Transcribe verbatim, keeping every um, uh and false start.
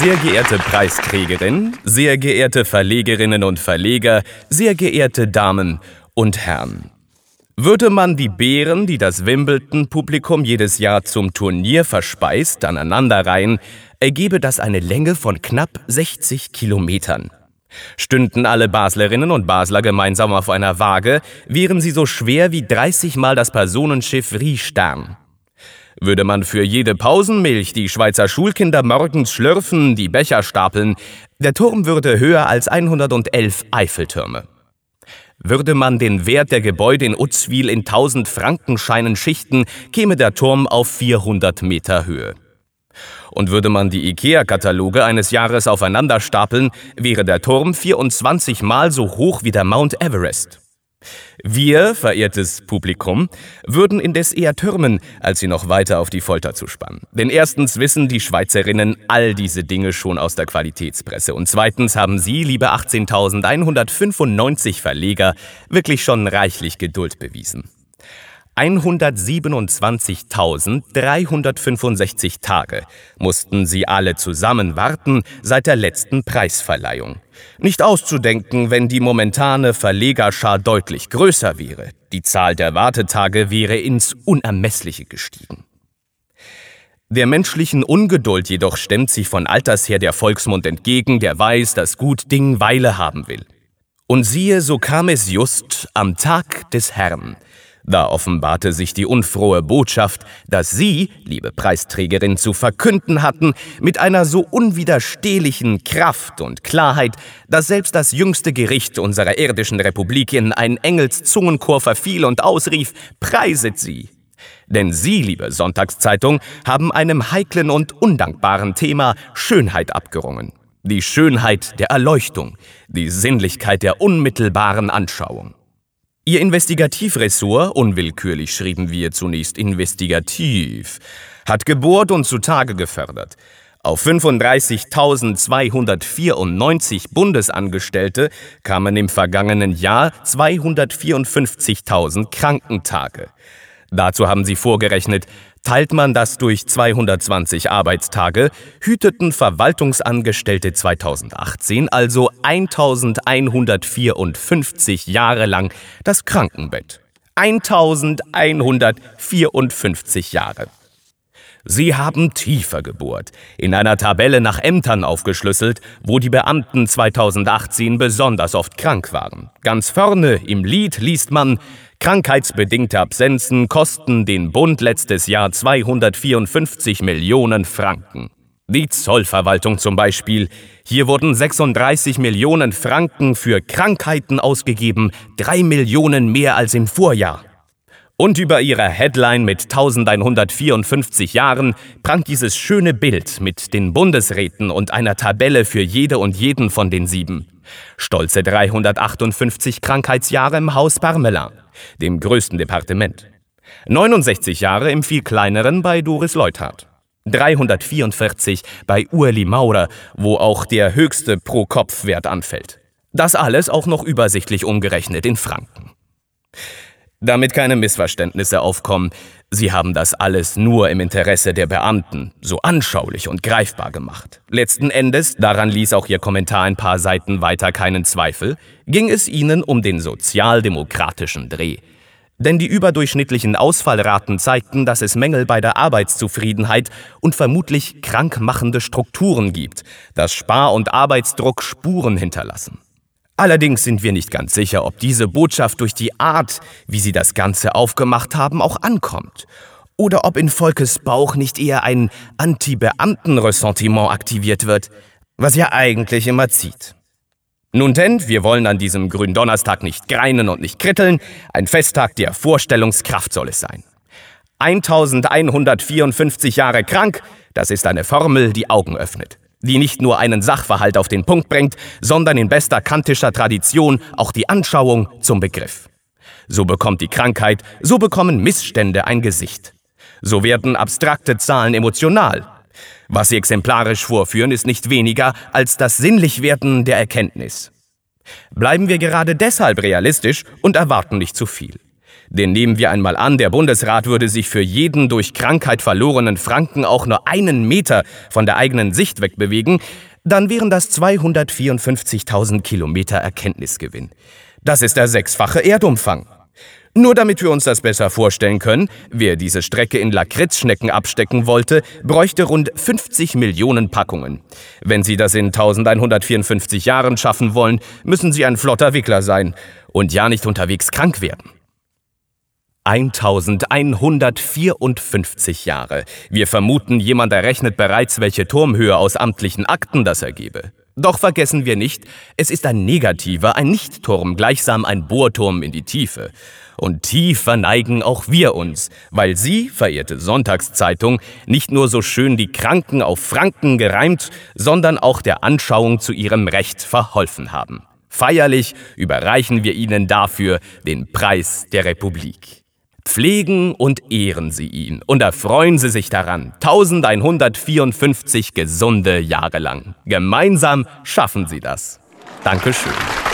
Sehr geehrte Preisträgerin, sehr geehrte Verlegerinnen und Verleger, sehr geehrte Damen und Herren. Würde man die Beeren, die das Wimbledon-Publikum jedes Jahr zum Turnier verspeist, aneinanderreihen, ergebe das eine Länge von knapp sechzig Kilometern. Stünden alle Baslerinnen und Basler gemeinsam auf einer Waage, wären sie so schwer wie dreißig Mal das Personenschiff Riestern. Würde man für jede Pausenmilch, die Schweizer Schulkinder morgens schlürfen, die Becher stapeln, der Turm würde höher als hundertelf Eiffeltürme. Würde man den Wert der Gebäude in Uzwil in tausend Frankenscheinen schichten, käme der Turm auf vierhundert Meter Höhe. Und würde man die IKEA-Kataloge eines Jahres aufeinander stapeln, wäre der Turm vierundzwanzig Mal so hoch wie der Mount Everest. Wir, verehrtes Publikum, würden indes eher türmen, als sie noch weiter auf die Folter zu spannen. Denn erstens wissen die Schweizerinnen all diese Dinge schon aus der Qualitätspresse und zweitens haben Sie, liebe achtzehntausendeinhundertfünfundneunzig Verleger, wirklich schon reichlich Geduld bewiesen. hundertsiebenundzwanzigtausenddreihundertfünfundsechzig Tage mussten sie alle zusammen warten seit der letzten Preisverleihung. Nicht auszudenken, wenn die momentane Verlegerschar deutlich größer wäre. Die Zahl der Wartetage wäre ins Unermessliche gestiegen. Der menschlichen Ungeduld jedoch stemmt sich von alters her der Volksmund entgegen, der weiß, dass gut Ding Weile haben will. Und siehe, so kam es just am Tag des Herrn. Da offenbarte sich die unfrohe Botschaft, dass Sie, liebe Preisträgerin, zu verkünden hatten, mit einer so unwiderstehlichen Kraft und Klarheit, dass selbst das jüngste Gericht unserer irdischen Republik in einen Engelszungenchor verfiel und ausrief: Preiset Sie! Denn Sie, liebe Sonntagszeitung, haben einem heiklen und undankbaren Thema Schönheit abgerungen. Die Schönheit der Erleuchtung, die Sinnlichkeit der unmittelbaren Anschauung. Ihr Investigativressort, unwillkürlich schrieben wir zunächst investigativ, hat gebohrt und zutage gefördert. Auf fünfunddreißigtausendzweihundertvierundneunzig Bundesangestellte kamen im vergangenen Jahr zweihundertvierundfünfzigtausend Krankentage. Dazu haben sie vorgerechnet, teilt man das durch zweihundertzwanzig Arbeitstage, hüteten Verwaltungsangestellte zweitausendachtzehn also eintausendeinhundertvierundfünfzig Jahre lang das Krankenbett. eintausendeinhundertvierundfünfzig Jahre. Sie haben tiefer gebohrt, in einer Tabelle nach Ämtern aufgeschlüsselt, wo die Beamten zweitausendachtzehn besonders oft krank waren. Ganz vorne im Lied liest man: Krankheitsbedingte Absenzen kosten den Bund letztes Jahr zweihundertvierundfünfzig Millionen Franken. Die Zollverwaltung zum Beispiel. Hier wurden sechsunddreißig Millionen Franken für Krankheiten ausgegeben, drei Millionen mehr als im Vorjahr. Und über ihrer Headline mit eintausendeinhundertvierundfünfzig Jahren prangt dieses schöne Bild mit den Bundesräten und einer Tabelle für jede und jeden von den sieben. Stolze dreihundertachtundfünfzig Krankheitsjahre im Haus Parmelin, dem größten Departement. neunundsechzig Jahre im viel kleineren bei Doris Leuthard. dreihundertvierundvierzig bei Ueli Maurer, wo auch der höchste Pro-Kopf-Wert anfällt. Das alles auch noch übersichtlich umgerechnet in Franken. Damit keine Missverständnisse aufkommen, Sie haben das alles nur im Interesse der Beamten so anschaulich und greifbar gemacht. Letzten Endes, daran ließ auch Ihr Kommentar ein paar Seiten weiter keinen Zweifel, ging es Ihnen um den sozialdemokratischen Dreh. Denn die überdurchschnittlichen Ausfallraten zeigten, dass es Mängel bei der Arbeitszufriedenheit und vermutlich krankmachende Strukturen gibt, dass Spar- und Arbeitsdruck Spuren hinterlassen. Allerdings sind wir nicht ganz sicher, ob diese Botschaft durch die Art, wie Sie das Ganze aufgemacht haben, auch ankommt. Oder ob in Volkes Bauch nicht eher ein Anti-Beamten-Ressentiment aktiviert wird, was ja eigentlich immer zieht. Nun denn, wir wollen an diesem Gründonnerstag nicht greinen und nicht kritteln, ein Festtag der Vorstellungskraft soll es sein. eintausendeinhundertvierundfünfzig Jahre krank, das ist eine Formel, die Augen öffnet, die nicht nur einen Sachverhalt auf den Punkt bringt, sondern in bester kantischer Tradition auch die Anschauung zum Begriff. So bekommt die Krankheit, so bekommen Missstände ein Gesicht. So werden abstrakte Zahlen emotional. Was sie exemplarisch vorführen, ist nicht weniger als das Sinnlichwerden der Erkenntnis. Bleiben wir gerade deshalb realistisch und erwarten nicht zu viel. Denn nehmen wir einmal an, der Bundesrat würde sich für jeden durch Krankheit verlorenen Franken auch nur einen Meter von der eigenen Sicht wegbewegen, dann wären das zweihundertvierundfünfzigtausend Kilometer Erkenntnisgewinn. Das ist der sechsfache Erdumfang. Nur damit wir uns das besser vorstellen können, wer diese Strecke in Lakritzschnecken abstecken wollte, bräuchte rund fünfzig Millionen Packungen. Wenn Sie das in eintausendeinhundertvierundfünfzig Jahren schaffen wollen, müssen Sie ein flotter Wickler sein und ja nicht unterwegs krank werden. eintausendeinhundertvierundfünfzig Jahre. Wir vermuten, jemand errechnet bereits, welche Turmhöhe aus amtlichen Akten das ergebe. Doch vergessen wir nicht, es ist ein negativer, ein Nichtturm, gleichsam ein Bohrturm in die Tiefe. Und tief verneigen auch wir uns, weil Sie, verehrte Sonntagszeitung, nicht nur so schön die Kranken auf Franken gereimt, sondern auch der Anschauung zu ihrem Recht verholfen haben. Feierlich überreichen wir Ihnen dafür den Preis der Republik. Pflegen und ehren Sie ihn und erfreuen Sie sich daran, eintausendeinhundertvierundfünfzig gesunde Jahre lang. Gemeinsam schaffen Sie das. Dankeschön.